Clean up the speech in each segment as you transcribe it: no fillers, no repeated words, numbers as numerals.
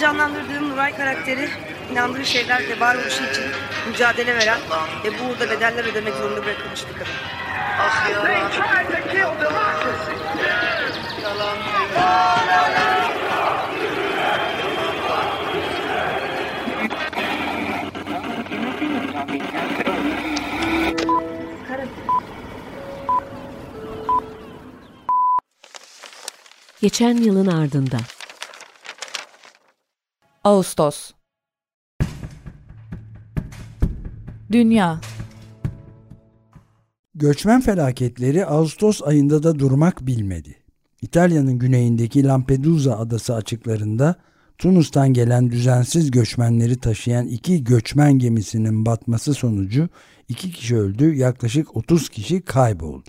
canlandırdığım Nuray karakteri inandığı şeylerle varoluşu için mücadele veren ve bu uğurda bedeller ödemek zorunda bırakılmış bir kadın. Geçen yılın ardından. Ağustos. Dünya. Göçmen felaketleri Ağustos ayında da durmak bilmedi. İtalya'nın güneyindeki Lampedusa adası açıklarında Tunus'tan gelen düzensiz göçmenleri taşıyan 2 göçmen gemisinin batması sonucu 2 kişi öldü, yaklaşık 30 kişi kayboldu.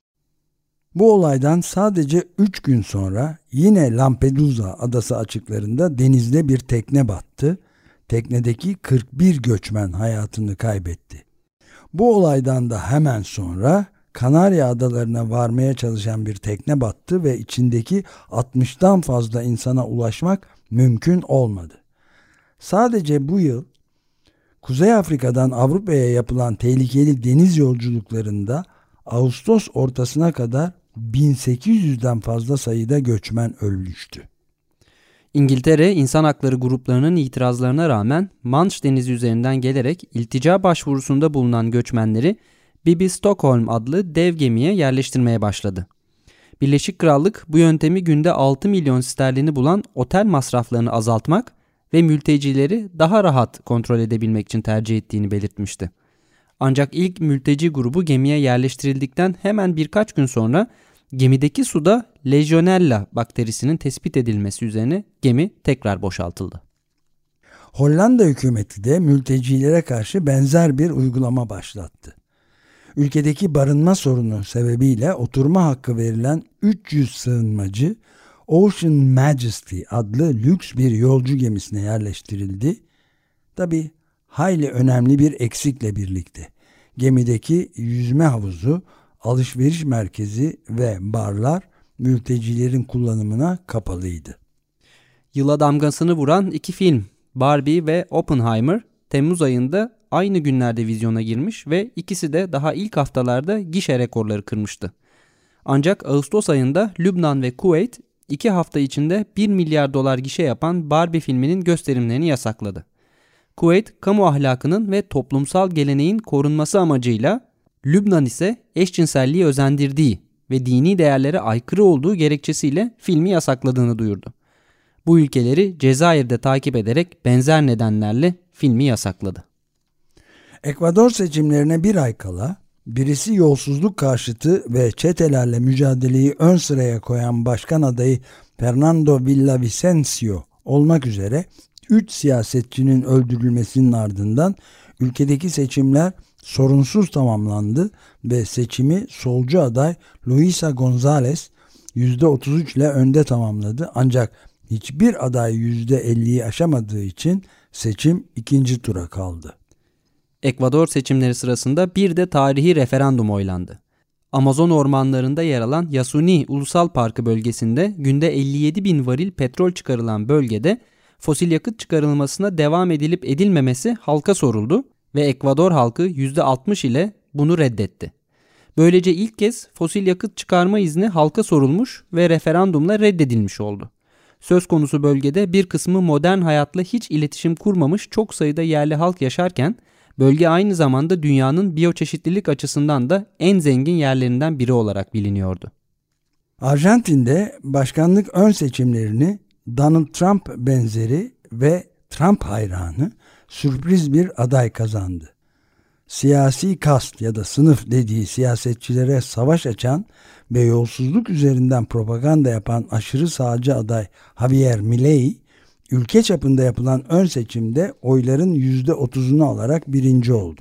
Bu olaydan sadece 3 gün sonra yine Lampedusa adası açıklarında denizde bir tekne battı. Teknedeki 41 göçmen hayatını kaybetti. Bu olaydan da hemen sonra Kanarya Adalarına varmaya çalışan bir tekne battı ve içindeki 60'tan fazla insana ulaşmak mümkün olmadı. Sadece bu yıl Kuzey Afrika'dan Avrupa'ya yapılan tehlikeli deniz yolculuklarında Ağustos ortasına kadar 1800'den fazla sayıda göçmen ölmüştü. İngiltere, insan hakları gruplarının itirazlarına rağmen Manş Denizi üzerinden gelerek iltica başvurusunda bulunan göçmenleri Bibi Stockholm adlı dev gemiye yerleştirmeye başladı. Birleşik Krallık bu yöntemi günde 6 milyon sterlini bulan otel masraflarını azaltmak ve mültecileri daha rahat kontrol edebilmek için tercih ettiğini belirtmişti. Ancak ilk mülteci grubu gemiye yerleştirildikten hemen birkaç gün sonra gemideki suda Legionella bakterisinin tespit edilmesi üzerine gemi tekrar boşaltıldı. Hollanda hükümeti de mültecilere karşı benzer bir uygulama başlattı. Ülkedeki barınma sorunu sebebiyle oturma hakkı verilen 300 sığınmacı Ocean Majesty adlı lüks bir yolcu gemisine yerleştirildi. Tabii hayli önemli bir eksikle birlikte. Gemideki yüzme havuzu, alışveriş merkezi ve barlar mültecilerin kullanımına kapalıydı. Yıla damgasını vuran 2 film Barbie ve Oppenheimer Temmuz ayında aynı günlerde vizyona girmiş ve ikisi de daha ilk haftalarda gişe rekorları kırmıştı. Ancak Ağustos ayında Lübnan ve Kuveyt 2 hafta içinde 1 milyar dolar gişe yapan Barbie filminin gösterimlerini yasakladı. Kuveyt, kamu ahlakının ve toplumsal geleneğin korunması amacıyla, Lübnan ise eşcinselliği özendirdiği ve dini değerlere aykırı olduğu gerekçesiyle filmi yasakladığını duyurdu. Bu ülkeleri Cezayir'de takip ederek benzer nedenlerle filmi yasakladı. Ekvador seçimlerine bir ay kala birisi yolsuzluk karşıtı ve çetelerle mücadeleyi ön sıraya koyan başkan adayı Fernando Villavicencio olmak üzere 3 siyasetçinin öldürülmesinin ardından ülkedeki seçimler sorunsuz tamamlandı ve seçimi solcu aday Luisa González %33 ile önde tamamladı. Ancak hiçbir aday %50'yi aşamadığı için seçim ikinci tura kaldı. Ekvador seçimleri sırasında bir de tarihi referandum oylandı. Amazon ormanlarında yer alan Yasuni Ulusal Parkı bölgesinde günde 57 bin varil petrol çıkarılan bölgede fosil yakıt çıkarılmasına devam edilip edilmemesi halka soruldu ve Ekvador halkı %60 ile bunu reddetti. Böylece ilk kez fosil yakıt çıkarma izni halka sorulmuş ve referandumla reddedilmiş oldu. Söz konusu bölgede bir kısmı modern hayatla hiç iletişim kurmamış çok sayıda yerli halk yaşarken bölge aynı zamanda dünyanın biyoçeşitlilik açısından da en zengin yerlerinden biri olarak biliniyordu. Arjantin'de başkanlık ön seçimlerini Donald Trump benzeri ve Trump hayranı sürpriz bir aday kazandı. Siyasi kast ya da sınıf dediği siyasetçilere savaş açan ve yolsuzluk üzerinden propaganda yapan aşırı sağcı aday Javier Milei, ülke çapında yapılan ön seçimde oyların %30'unu alarak birinci oldu.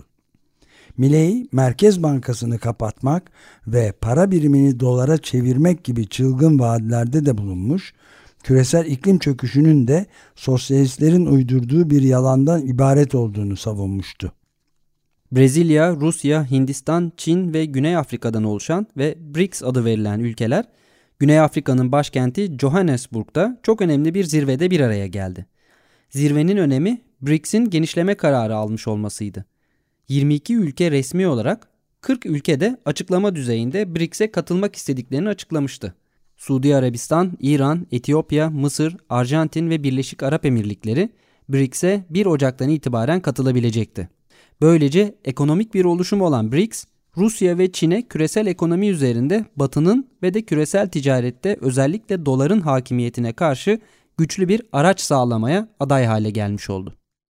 Milei, Merkez Bankası'nı kapatmak ve para birimini dolara çevirmek gibi çılgın vaatlerde de bulunmuş, küresel iklim çöküşünün de sosyalistlerin uydurduğu bir yalandan ibaret olduğunu savunmuştu. Brezilya, Rusya, Hindistan, Çin ve Güney Afrika'dan oluşan ve BRICS adı verilen ülkeler, Güney Afrika'nın başkenti Johannesburg'da çok önemli bir zirvede bir araya geldi. Zirvenin önemi BRICS'in genişleme kararı almış olmasıydı. 22 ülke resmi olarak, 40 ülke de açıklama düzeyinde BRICS'e katılmak istediklerini açıklamıştı. Suudi Arabistan, İran, Etiyopya, Mısır, Arjantin ve Birleşik Arap Emirlikleri BRICS'e 1 Ocak'tan itibaren katılabilecekti. Böylece ekonomik bir oluşum olan BRICS, Rusya ve Çin'e küresel ekonomi üzerinde Batı'nın ve de küresel ticarette özellikle doların hakimiyetine karşı güçlü bir araç sağlamaya aday hale gelmiş oldu.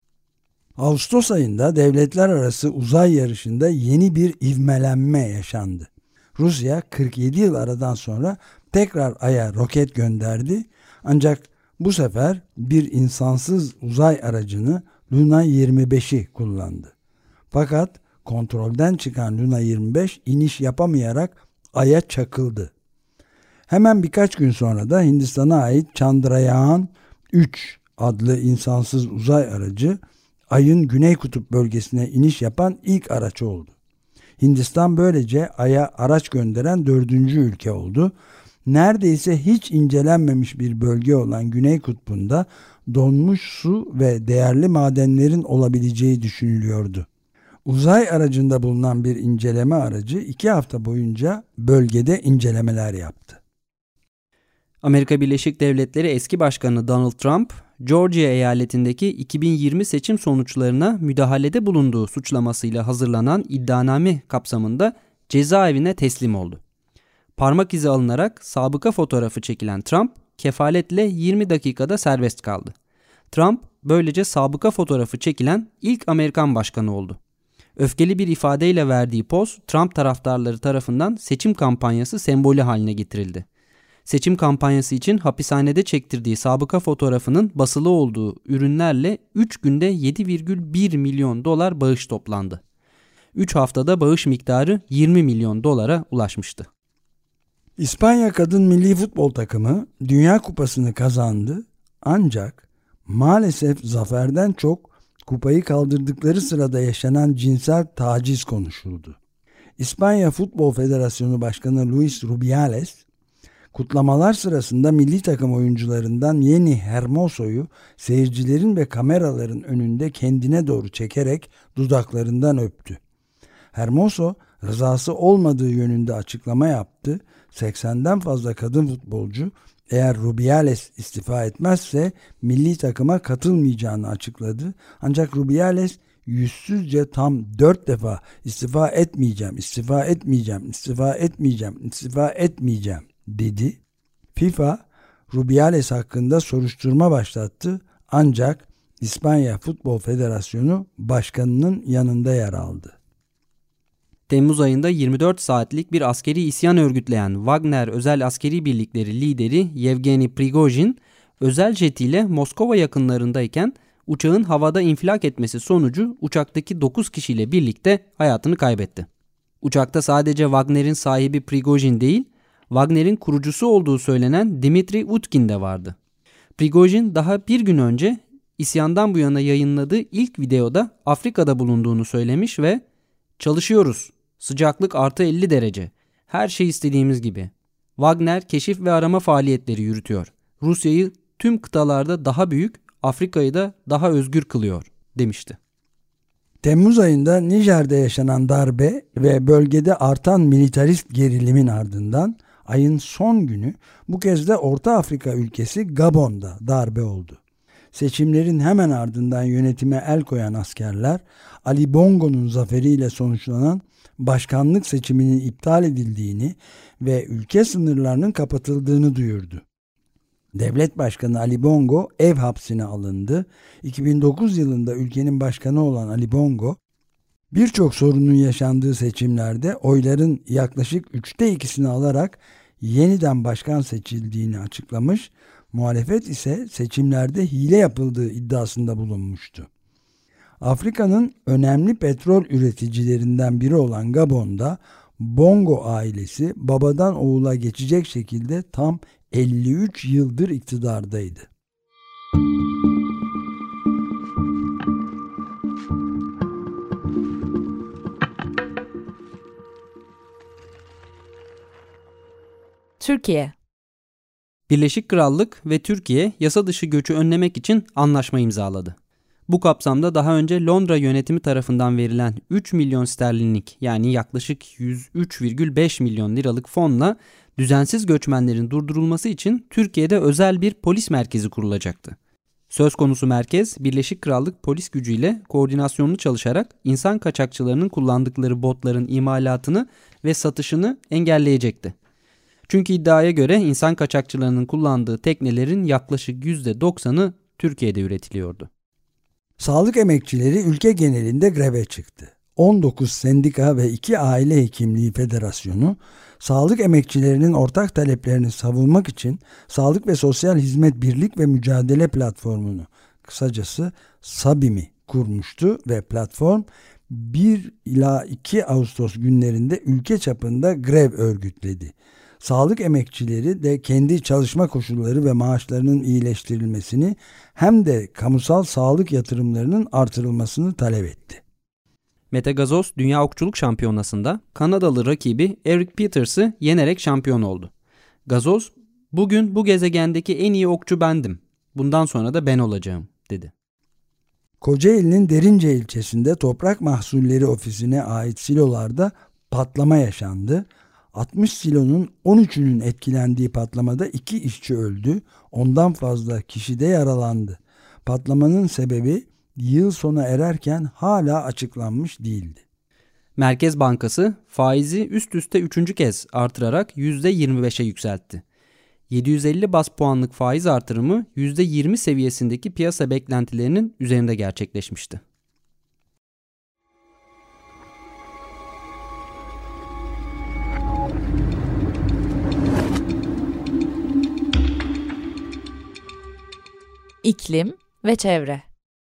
Ağustos ayında devletler arası uzay yarışında yeni bir ivmelenme yaşandı. Rusya 47 yıl aradan sonra tekrar Ay'a roket gönderdi, ancak bu sefer bir insansız uzay aracını Luna 25'i kullandı. Fakat kontrolden çıkan Luna 25 iniş yapamayarak Ay'a çakıldı. Hemen birkaç gün sonra da Hindistan'a ait Chandrayaan 3 adlı insansız uzay aracı Ay'ın Güney Kutup bölgesine iniş yapan ilk araç oldu. Hindistan böylece Ay'a araç gönderen 4. ülke oldu. Neredeyse hiç incelenmemiş bir bölge olan Güney Kutbu'nda donmuş su ve değerli madenlerin olabileceği düşünülüyordu. Uzay aracında bulunan bir inceleme aracı 2 hafta boyunca bölgede incelemeler yaptı. Amerika Birleşik Devletleri eski başkanı Donald Trump, Georgia eyaletindeki 2020 seçim sonuçlarına müdahalede bulunduğu suçlamasıyla hazırlanan iddianame kapsamında cezaevine teslim oldu. Parmak izi alınarak sabıka fotoğrafı çekilen Trump, kefaletle 20 dakikada serbest kaldı. Trump, böylece sabıka fotoğrafı çekilen ilk Amerikan başkanı oldu. Öfkeli bir ifadeyle verdiği poz, Trump taraftarları tarafından seçim kampanyası sembolü haline getirildi. Seçim kampanyası için hapishanede çektirdiği sabıka fotoğrafının basılı olduğu ürünlerle 3 günde 7,1 milyon dolar bağış toplandı. 3 haftada bağış miktarı 20 milyon dolara ulaşmıştı. İspanya kadın milli futbol takımı Dünya Kupası'nı kazandı, ancak maalesef zaferden çok kupayı kaldırdıkları sırada yaşanan cinsel taciz konuşuldu. İspanya Futbol Federasyonu Başkanı Luis Rubiales, kutlamalar sırasında milli takım oyuncularından Yeni Hermoso'yu seyircilerin ve kameraların önünde kendine doğru çekerek dudaklarından öptü. Hermoso, rızası olmadığı yönünde açıklama yaptı. 80'den fazla kadın futbolcu eğer Rubiales istifa etmezse milli takıma katılmayacağını açıkladı. Ancak Rubiales yüzsüzce tam 4 defa istifa etmeyeceğim, istifa etmeyeceğim, istifa etmeyeceğim, istifa etmeyeceğim dedi. FIFA Rubiales hakkında soruşturma başlattı, ancak İspanya Futbol Federasyonu başkanının yanında yer aldı. Temmuz ayında 24 saatlik bir askeri isyan örgütleyen Wagner özel askeri birlikleri lideri Yevgeni Prigojin, özel jetiyle Moskova yakınlarındayken uçağın havada infilak etmesi sonucu uçaktaki 9 kişiyle birlikte hayatını kaybetti. Uçakta sadece Wagner'in sahibi Prigojin değil, Wagner'in kurucusu olduğu söylenen Dmitri Utkin de vardı. Prigojin daha bir gün önce isyandan bu yana yayınladığı ilk videoda Afrika'da bulunduğunu söylemiş ve "Çalışıyoruz. Sıcaklık artı 50 derece. Her şey istediğimiz gibi. Wagner keşif ve arama faaliyetleri yürütüyor. Rusya'yı tüm kıtalarda daha büyük, Afrika'yı da daha özgür kılıyor," demişti. Temmuz ayında Nijer'de yaşanan darbe ve bölgede artan militarist gerilimin ardından ayın son günü bu kez de Orta Afrika ülkesi Gabon'da darbe oldu. Seçimlerin hemen ardından yönetime el koyan askerler Ali Bongo'nun zaferiyle sonuçlanan başkanlık seçiminin iptal edildiğini ve ülke sınırlarının kapatıldığını duyurdu. Devlet Başkanı Ali Bongo ev hapsine alındı. 2009 yılında ülkenin başkanı olan Ali Bongo, birçok sorunun yaşandığı seçimlerde oyların yaklaşık 2/3'ünü alarak yeniden başkan seçildiğini açıklamış, muhalefet ise seçimlerde hile yapıldığı iddiasında bulunmuştu. Afrika'nın önemli petrol üreticilerinden biri olan Gabon'da Bongo ailesi babadan oğula geçecek şekilde tam 53 yıldır iktidardaydı. Türkiye. Birleşik Krallık ve Türkiye yasa dışı göçü önlemek için anlaşma imzaladı. Bu kapsamda daha önce Londra yönetimi tarafından verilen 3 milyon sterlinlik yani yaklaşık 103,5 milyon liralık fonla düzensiz göçmenlerin durdurulması için Türkiye'de özel bir polis merkezi kurulacaktı. Söz konusu merkez Birleşik Krallık polis gücüyle koordinasyonlu çalışarak insan kaçakçılarının kullandıkları botların imalatını ve satışını engelleyecekti. Çünkü iddiaya göre insan kaçakçılarının kullandığı teknelerin yaklaşık %90'ı Türkiye'de üretiliyordu. Sağlık emekçileri ülke genelinde greve çıktı. 19 sendika ve 2 aile hekimliği federasyonu sağlık emekçilerinin ortak taleplerini savunmak için Sağlık ve Sosyal Hizmet Birlik ve Mücadele Platformu'nu, kısacası SABİM'i kurmuştu ve platform 1 ila 2 Ağustos günlerinde ülke çapında grev örgütledi. Sağlık emekçileri de kendi çalışma koşulları ve maaşlarının iyileştirilmesini hem de kamusal sağlık yatırımlarının artırılmasını talep etti. Mete Gazoz Dünya Okçuluk Şampiyonası'nda Kanadalı rakibi Eric Peters'ı yenerek şampiyon oldu. Gazoz, "Bugün bu gezegendeki en iyi okçu bendim. Bundan sonra da ben olacağım," dedi. Kocaeli'nin Derince ilçesinde Toprak Mahsulleri Ofisi'ne ait silolarda patlama yaşandı. 60 silonun 13'ünün etkilendiği patlamada 2 işçi öldü, ondan fazla kişi de yaralandı. Patlamanın sebebi yıl sona ererken hala açıklanmış değildi. Merkez Bankası faizi üst üste 3. kez artırarak %25'e yükseltti. 750 bas puanlık faiz artırımı %20 seviyesindeki piyasa beklentilerinin üzerinde gerçekleşmişti. İklim ve çevre.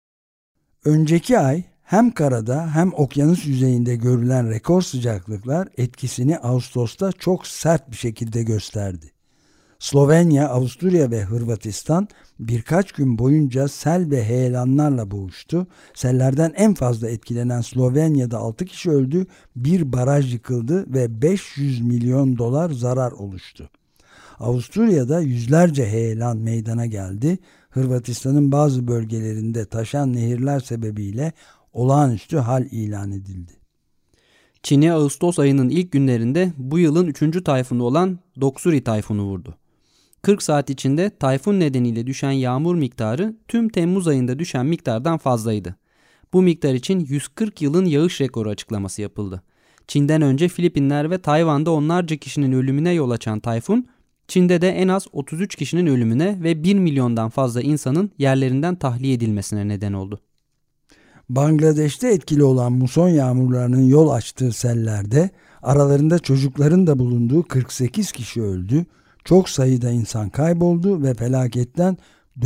Önceki ay hem karada hem okyanus yüzeyinde görülen rekor sıcaklıklar etkisini Ağustos'ta çok sert bir şekilde gösterdi. Slovenya, Avusturya ve Hırvatistan birkaç gün boyunca sel ve heyelanlarla boğuştu. Sellerden en fazla etkilenen Slovenya'da 6 kişi öldü, bir baraj yıkıldı ve 500 milyon dolar zarar oluştu. Avusturya'da yüzlerce heyelan meydana geldi. Hırvatistan'ın bazı bölgelerinde taşan nehirler sebebiyle olağanüstü hal ilan edildi. Çin'i Ağustos ayının ilk günlerinde bu yılın 3. tayfunu olan Doksuri tayfunu vurdu. 40 saat içinde tayfun nedeniyle düşen yağmur miktarı tüm Temmuz ayında düşen miktardan fazlaydı. Bu miktar için 140 yılın yağış rekoru açıklaması yapıldı. Çin'den önce Filipinler ve Tayvan'da onlarca kişinin ölümüne yol açan tayfun, Çin'de de en az 33 kişinin ölümüne ve 1 milyondan fazla insanın yerlerinden tahliye edilmesine neden oldu. Bangladeş'te etkili olan muson yağmurlarının yol açtığı sellerde aralarında çocukların da bulunduğu 48 kişi öldü, çok sayıda insan kayboldu ve felaketten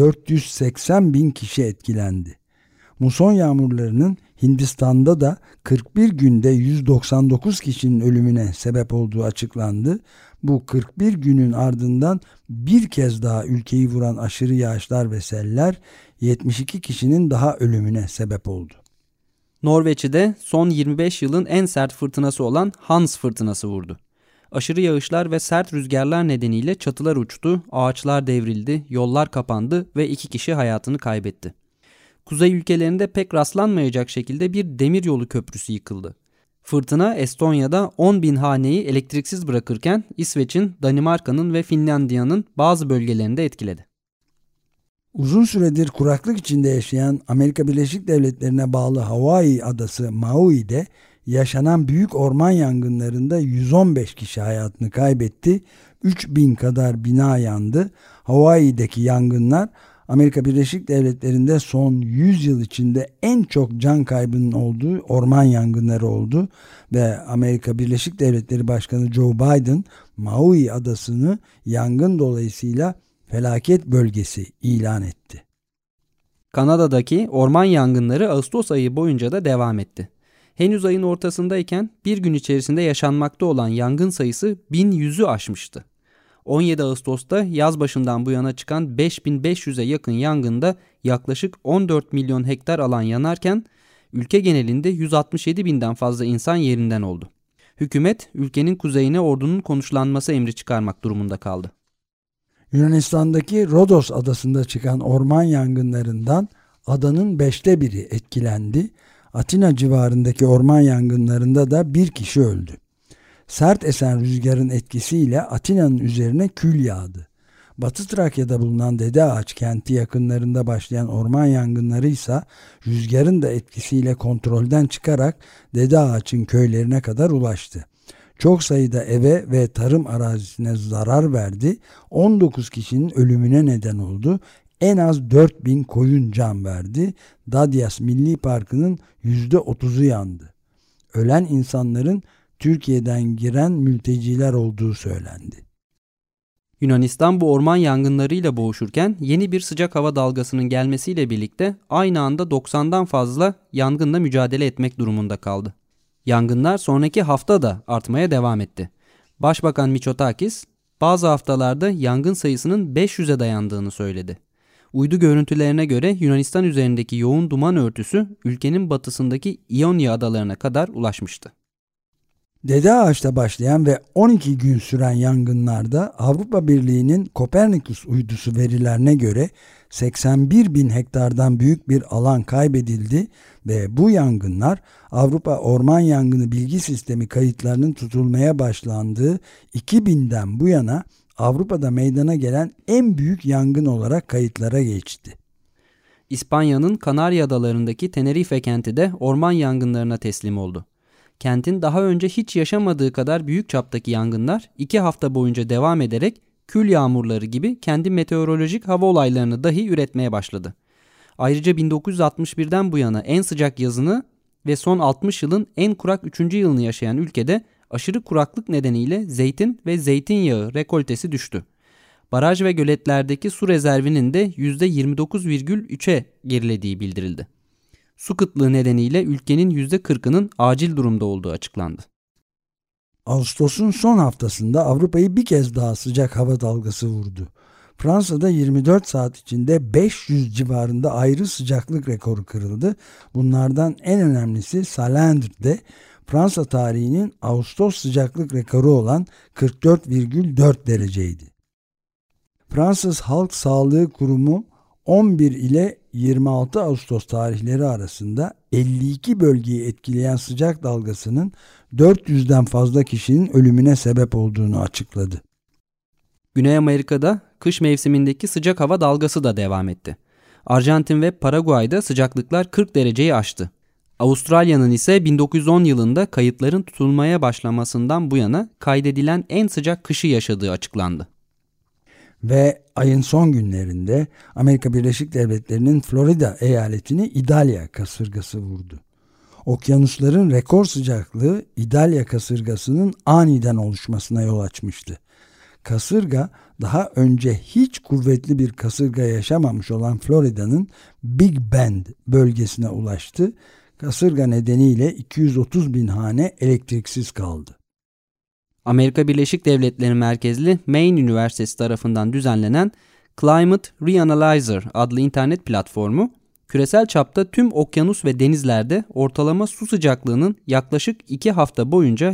480 bin kişi etkilendi. Muson yağmurlarının Hindistan'da da 41 günde 199 kişinin ölümüne sebep olduğu açıklandı. Bu 41 günün ardından bir kez daha ülkeyi vuran aşırı yağışlar ve seller 72 kişinin daha ölümüne sebep oldu. Norveç'i de son 25 yılın en sert fırtınası olan Hans fırtınası vurdu. Aşırı yağışlar ve sert rüzgarlar nedeniyle çatılar uçtu, ağaçlar devrildi, yollar kapandı ve 2 kişi hayatını kaybetti. Kuzey ülkelerinde pek rastlanmayacak şekilde bir demiryolu köprüsü yıkıldı. Fırtına Estonya'da 10.000 haneyi elektriksiz bırakırken İsveç'in, Danimarka'nın ve Finlandiya'nın bazı bölgelerinde etkiledi. Uzun süredir kuraklık içinde yaşayan Amerika Birleşik Devletleri'ne bağlı Hawaii adası Maui'de yaşanan büyük orman yangınlarında 115 kişi hayatını kaybetti, 3000 kadar bina yandı. Hawaii'deki yangınlar Amerika Birleşik Devletleri'nde son 100 yıl içinde en çok can kaybının olduğu orman yangınları oldu ve Amerika Birleşik Devletleri Başkanı Joe Biden Maui adasını yangın dolayısıyla felaket bölgesi ilan etti. Kanada'daki orman yangınları Ağustos ayı boyunca da devam etti. Henüz ayın ortasındayken bir gün içerisinde yaşanmakta olan yangın sayısı 1100'ü aşmıştı. 17 Ağustos'ta yaz başından bu yana çıkan 5500'e yakın yangında yaklaşık 14 milyon hektar alan yanarken ülke genelinde 167 binden fazla insan yerinden oldu. Hükümet ülkenin kuzeyine ordunun konuşlanması emri çıkarmak durumunda kaldı. Yunanistan'daki Rodos adasında çıkan orman yangınlarından adanın 1/5'i etkilendi. Atina civarındaki orman yangınlarında da bir kişi öldü. Sert esen rüzgarın etkisiyle Atina'nın üzerine kül yağdı. Batı Trakya'da bulunan Dede Ağaç kenti yakınlarında başlayan orman yangınları ise rüzgarın da etkisiyle kontrolden çıkarak Dede Ağaç'ın köylerine kadar ulaştı. Çok sayıda eve ve tarım arazisine zarar verdi. 19 kişinin ölümüne neden oldu. En az 4000 koyun can verdi. Dadyas Milli Parkı'nın %30'u yandı. Ölen insanların Türkiye'den giren mülteciler olduğu söylendi. Yunanistan bu orman yangınlarıyla boğuşurken yeni bir sıcak hava dalgasının gelmesiyle birlikte aynı anda 90'dan fazla yangınla mücadele etmek durumunda kaldı. Yangınlar sonraki hafta da artmaya devam etti. Başbakan Mitsotakis bazı haftalarda yangın sayısının 500'e dayandığını söyledi. Uydu görüntülerine göre Yunanistan üzerindeki yoğun duman örtüsü ülkenin batısındaki İonya adalarına kadar ulaşmıştı. Dede Ağaç'ta başlayan ve 12 gün süren yangınlarda Avrupa Birliği'nin Kopernikus uydusu verilerine göre 81 bin hektardan büyük bir alan kaybedildi ve bu yangınlar Avrupa Orman Yangını Bilgi Sistemi kayıtlarının tutulmaya başlandığı 2000'den bu yana Avrupa'da meydana gelen en büyük yangın olarak kayıtlara geçti. İspanya'nın Kanarya Adaları'ndaki Tenerife kenti de orman yangınlarına teslim oldu. Kentin daha önce hiç yaşamadığı kadar büyük çaptaki yangınlar 2 hafta boyunca devam ederek kül yağmurları gibi kendi meteorolojik hava olaylarını dahi üretmeye başladı. Ayrıca 1961'den bu yana en sıcak yazını ve son 60 yılın en kurak 3. yılını yaşayan ülkede aşırı kuraklık nedeniyle zeytin ve zeytinyağı rekoltesi düştü. Baraj ve göletlerdeki su rezervinin de %29,3'e gerilediği bildirildi. Su kıtlığı nedeniyle ülkenin %40'ının acil durumda olduğu açıklandı. Ağustos'un son haftasında Avrupa'yı bir kez daha sıcak hava dalgası vurdu. Fransa'da 24 saat içinde 500 civarında ayrı sıcaklık rekoru kırıldı. Bunlardan en önemlisi Salindre'de Fransa tarihinin Ağustos sıcaklık rekoru olan 44,4 dereceydi. Fransız Halk Sağlığı Kurumu 11 ile 26 Ağustos tarihleri arasında 52 bölgeyi etkileyen sıcak dalgasının 400'den fazla kişinin ölümüne sebep olduğunu açıkladı. Güney Amerika'da kış mevsimindeki sıcak hava dalgası da devam etti. Arjantin ve Paraguay'da sıcaklıklar 40 dereceyi aştı. Avustralya'nın ise 1910 yılında kayıtların tutulmaya başlamasından bu yana kaydedilen en sıcak kışı yaşadığı açıklandı. Ve ayın son günlerinde Amerika Birleşik Devletleri'nin Florida eyaletini İdalya kasırgası vurdu. Okyanusların rekor sıcaklığı İdalya kasırgasının aniden oluşmasına yol açmıştı. Kasırga daha önce hiç kuvvetli bir kasırga yaşamamış olan Florida'nın Big Bend bölgesine ulaştı. Kasırga nedeniyle 230 bin hane elektriksiz kaldı. Amerika Birleşik Devletleri merkezli Maine Üniversitesi tarafından düzenlenen Climate Reanalyzer adlı internet platformu, küresel çapta tüm okyanus ve denizlerde ortalama su sıcaklığının yaklaşık 2 hafta boyunca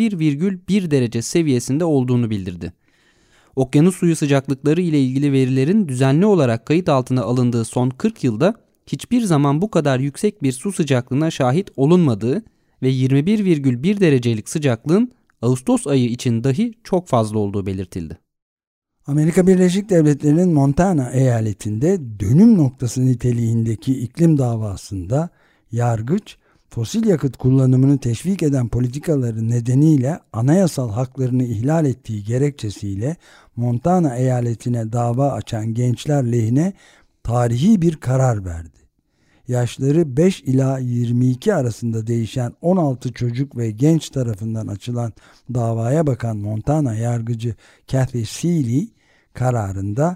21,1 derece seviyesinde olduğunu bildirdi. Okyanus suyu sıcaklıkları ile ilgili verilerin düzenli olarak kayıt altına alındığı son 40 yılda hiçbir zaman bu kadar yüksek bir su sıcaklığına şahit olunmadığı ve 21,1 derecelik sıcaklığın Ağustos ayı için dahi çok fazla olduğu belirtildi. Amerika Birleşik Devletleri'nin Montana eyaletinde dönüm noktası niteliğindeki iklim davasında yargıç, fosil yakıt kullanımını teşvik eden politikaları nedeniyle anayasal haklarını ihlal ettiği gerekçesiyle Montana eyaletine dava açan gençler lehine tarihi bir karar verdi. Yaşları 5 ila 22 arasında değişen 16 çocuk ve genç tarafından açılan davaya bakan Montana yargıcı Kathy Seeley kararında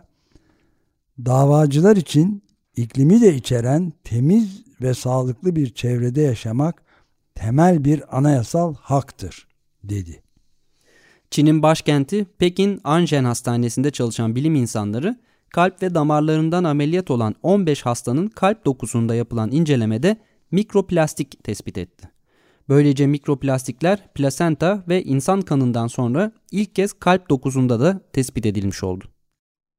davacılar için iklimi de içeren temiz ve sağlıklı bir çevrede yaşamak temel bir anayasal haktır dedi. Çin'in başkenti Pekin Anjen Hastanesi'nde çalışan bilim insanları kalp ve damarlarından ameliyat olan 15 hastanın kalp dokusunda yapılan incelemede mikroplastik tespit etti. Böylece mikroplastikler plasenta ve insan kanından sonra ilk kez kalp dokusunda da tespit edilmiş oldu.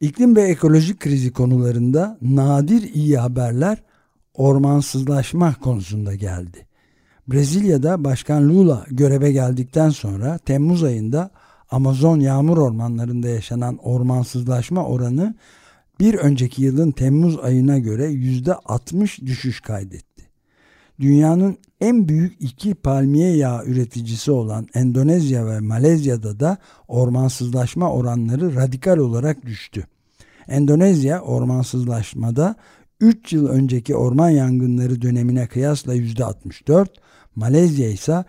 İklim ve ekolojik krizi konularında nadir iyi haberler ormansızlaşma konusunda geldi. Brezilya'da Başkan Lula göreve geldikten sonra Temmuz ayında Amazon yağmur ormanlarında yaşanan ormansızlaşma oranı bir önceki yılın Temmuz ayına göre %60 düşüş kaydetti. Dünyanın en büyük iki palmiye yağı üreticisi olan Endonezya ve Malezya'da da ormansızlaşma oranları radikal olarak düştü. Endonezya ormansızlaşmada 3 yıl önceki orman yangınları dönemine kıyasla %64, Malezya ise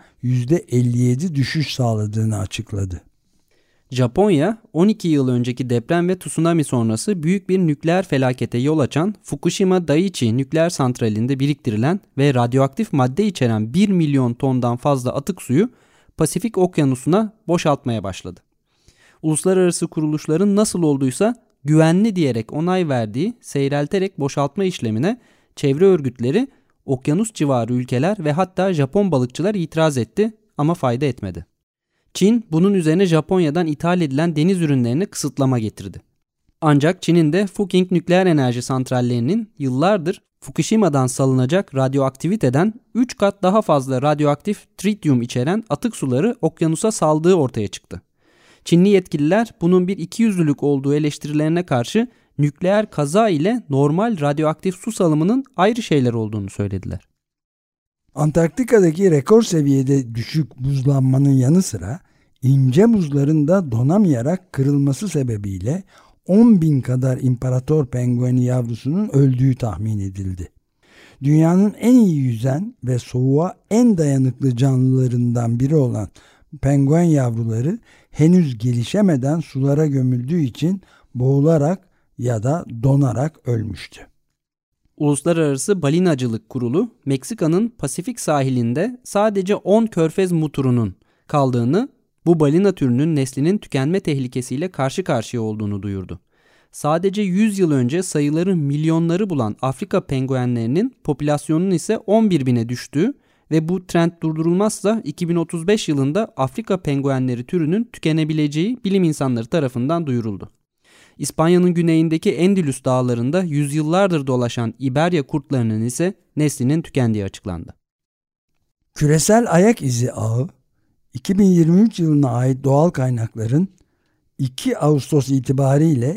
%57 düşüş sağladığını açıkladı. Japonya, 12 yıl önceki deprem ve tsunami sonrası büyük bir nükleer felakete yol açan Fukushima Daiichi nükleer santralinde biriktirilen ve radyoaktif madde içeren 1 milyon tondan fazla atık suyu Pasifik Okyanusu'na boşaltmaya başladı. Uluslararası kuruluşların nasıl olduysa güvenli diyerek onay verdiği seyrelterek boşaltma işlemine çevre örgütleri, okyanus civarı ülkeler ve hatta Japon balıkçılar itiraz etti ama fayda etmedi. Çin bunun üzerine Japonya'dan ithal edilen deniz ürünlerine kısıtlama getirdi. Ancak Çin'in de Fuking nükleer enerji santrallerinin yıllardır Fukushima'dan salınacak radyoaktiviteden 3 kat daha fazla radyoaktif trityum içeren atık suları okyanusa saldığı ortaya çıktı. Çinli yetkililer bunun bir ikiyüzlülük olduğu eleştirilerine karşı nükleer kaza ile normal radyoaktif su salımının ayrı şeyler olduğunu söylediler. Antarktika'daki rekor seviyede düşük buzlanmanın yanı sıra ince buzların da donamayarak kırılması sebebiyle 10.000 kadar imparator pengueni yavrusunun öldüğü tahmin edildi. Dünyanın en iyi yüzen ve soğuğa en dayanıklı canlılarından biri olan penguen yavruları henüz gelişemeden sulara gömüldüğü için boğularak ya da donarak ölmüştü. Uluslararası Balinacılık Kurulu, Meksika'nın Pasifik sahilinde sadece 10 körfez muturunun kaldığını, bu balina türünün neslinin tükenme tehlikesiyle karşı karşıya olduğunu duyurdu. Sadece 100 yıl önce sayıları milyonları bulan Afrika penguenlerinin popülasyonunun ise 11 bine düştüğü ve bu trend durdurulmazsa 2035 yılında Afrika penguenleri türünün tükenebileceği bilim insanları tarafından duyuruldu. İspanya'nın güneyindeki Endülüs dağlarında yüzyıllardır dolaşan İberya kurtlarının ise neslinin tükendiği açıklandı. Küresel ayak izi ağı 2023 yılına ait doğal kaynakların 2 Ağustos itibariyle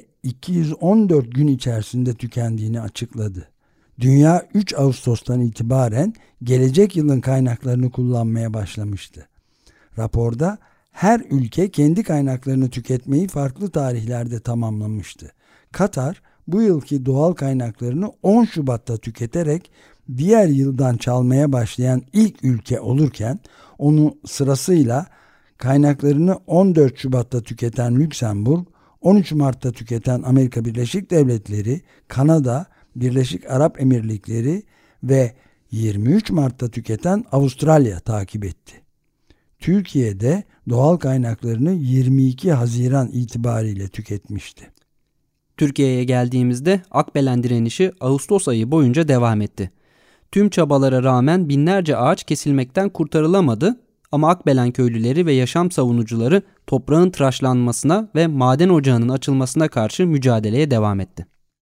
214 gün içerisinde tükendiğini açıkladı. Dünya 3 Ağustos'tan itibaren gelecek yılın kaynaklarını kullanmaya başlamıştı. Raporda her ülke kendi kaynaklarını tüketmeyi farklı tarihlerde tamamlamıştı. Katar bu yılki doğal kaynaklarını 10 Şubat'ta tüketerek diğer yıldan çalmaya başlayan ilk ülke olurken onu sırasıyla kaynaklarını 14 Şubat'ta tüketen Lüksemburg, 13 Mart'ta tüketen Amerika Birleşik Devletleri, Kanada, Birleşik Arap Emirlikleri ve 23 Mart'ta tüketen Avustralya takip etti. Türkiye'de doğal kaynaklarını 22 Haziran itibariyle tüketmişti. Türkiye'ye geldiğimizde Akbelen direnişi Ağustos ayı boyunca devam etti. Tüm çabalara rağmen binlerce ağaç kesilmekten kurtarılamadı ama Akbelen köylüleri ve yaşam savunucuları toprağın tıraşlanmasına ve maden ocağının açılmasına karşı mücadeleye devam etti.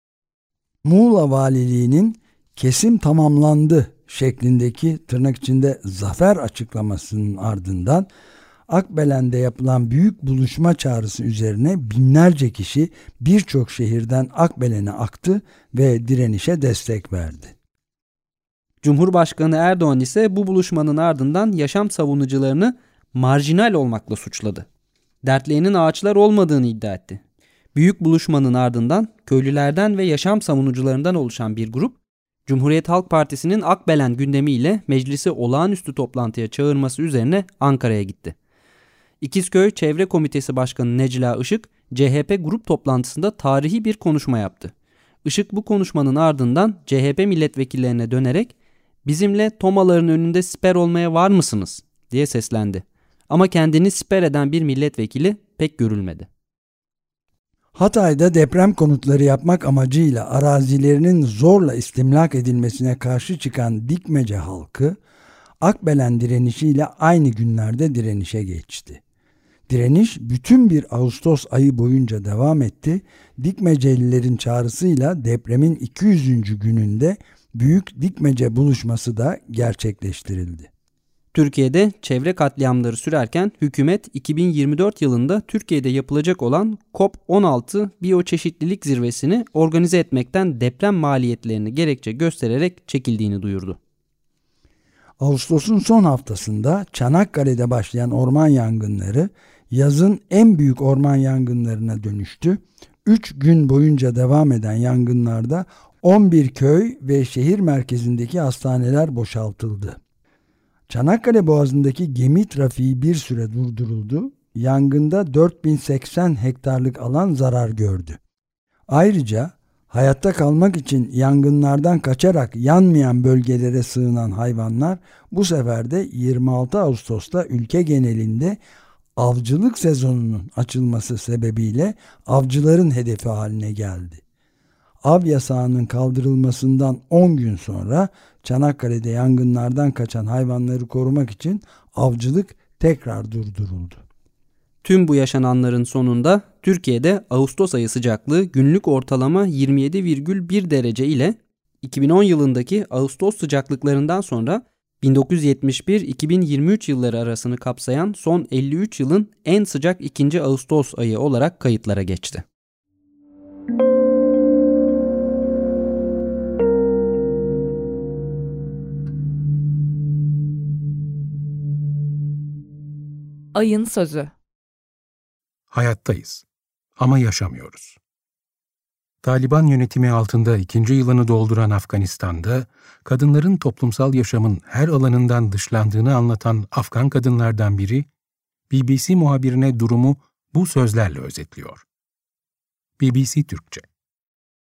Muğla Valiliği'nin kesim tamamlandı şeklindeki tırnak içinde zafer açıklamasının ardından Akbelen'de yapılan büyük buluşma çağrısı üzerine binlerce kişi birçok şehirden Akbelen'e aktı ve direnişe destek verdi. Cumhurbaşkanı Erdoğan ise bu buluşmanın ardından yaşam savunucularını marjinal olmakla suçladı. Dertlerinin ağaçlar olmadığını iddia etti. Büyük buluşmanın ardından köylülerden ve yaşam savunucularından oluşan bir grup, Cumhuriyet Halk Partisi'nin Akbelen gündemiyle meclisi olağanüstü toplantıya çağırması üzerine Ankara'ya gitti. İkizköy Çevre Komitesi Başkanı Necla Işık, CHP grup toplantısında tarihi bir konuşma yaptı. Işık bu konuşmanın ardından CHP milletvekillerine dönerek "Bizimle tomaların önünde siper olmaya var mısınız?" diye seslendi. Ama kendini siper eden bir milletvekili pek görülmedi. Hatay'da deprem konutları yapmak amacıyla arazilerinin zorla istimlak edilmesine karşı çıkan Dikmece halkı, Akbelen direnişiyle aynı günlerde direnişe geçti. Direniş bütün bir Ağustos ayı boyunca devam etti. Dikmecelilerin çağrısıyla depremin 200. gününde Büyük Dikmece buluşması da gerçekleştirildi. Türkiye'de çevre katliamları sürerken hükümet 2024 yılında Türkiye'de yapılacak olan COP16 biyoçeşitlilik zirvesini organize etmekten deprem maliyetlerini gerekçe göstererek çekildiğini duyurdu. Ağustos'un son haftasında Çanakkale'de başlayan orman yangınları yazın en büyük orman yangınlarına dönüştü. 3 gün boyunca devam eden yangınlarda 11 köy ve şehir merkezindeki hastaneler boşaltıldı. Çanakkale Boğazı'ndaki gemi trafiği bir süre durduruldu. Yangında 4080 hektarlık alan zarar gördü. Ayrıca hayatta kalmak için yangınlardan kaçarak yanmayan bölgelere sığınan hayvanlar bu sefer de 26 Ağustos'ta ülke genelinde avcılık sezonunun açılması sebebiyle avcıların hedefi haline geldi. Av yasağının kaldırılmasından 10 gün sonra Çanakkale'de yangınlardan kaçan hayvanları korumak için avcılık tekrar durduruldu. Tüm bu yaşananların sonunda Türkiye'de Ağustos ayı sıcaklığı günlük ortalama 27,1 derece ile 2010 yılındaki Ağustos sıcaklıklarından sonra 1971-2023 yılları arasını kapsayan son 53 yılın en sıcak 2. Ağustos ayı olarak kayıtlara geçti. Ayın sözü. Hayattayız ama yaşamıyoruz. Taliban yönetimi altında 2. yılını dolduran Afganistan'da kadınların toplumsal yaşamın her alanından dışlandığını anlatan Afgan kadınlardan biri BBC muhabirine durumu bu sözlerle özetliyor. BBC Türkçe.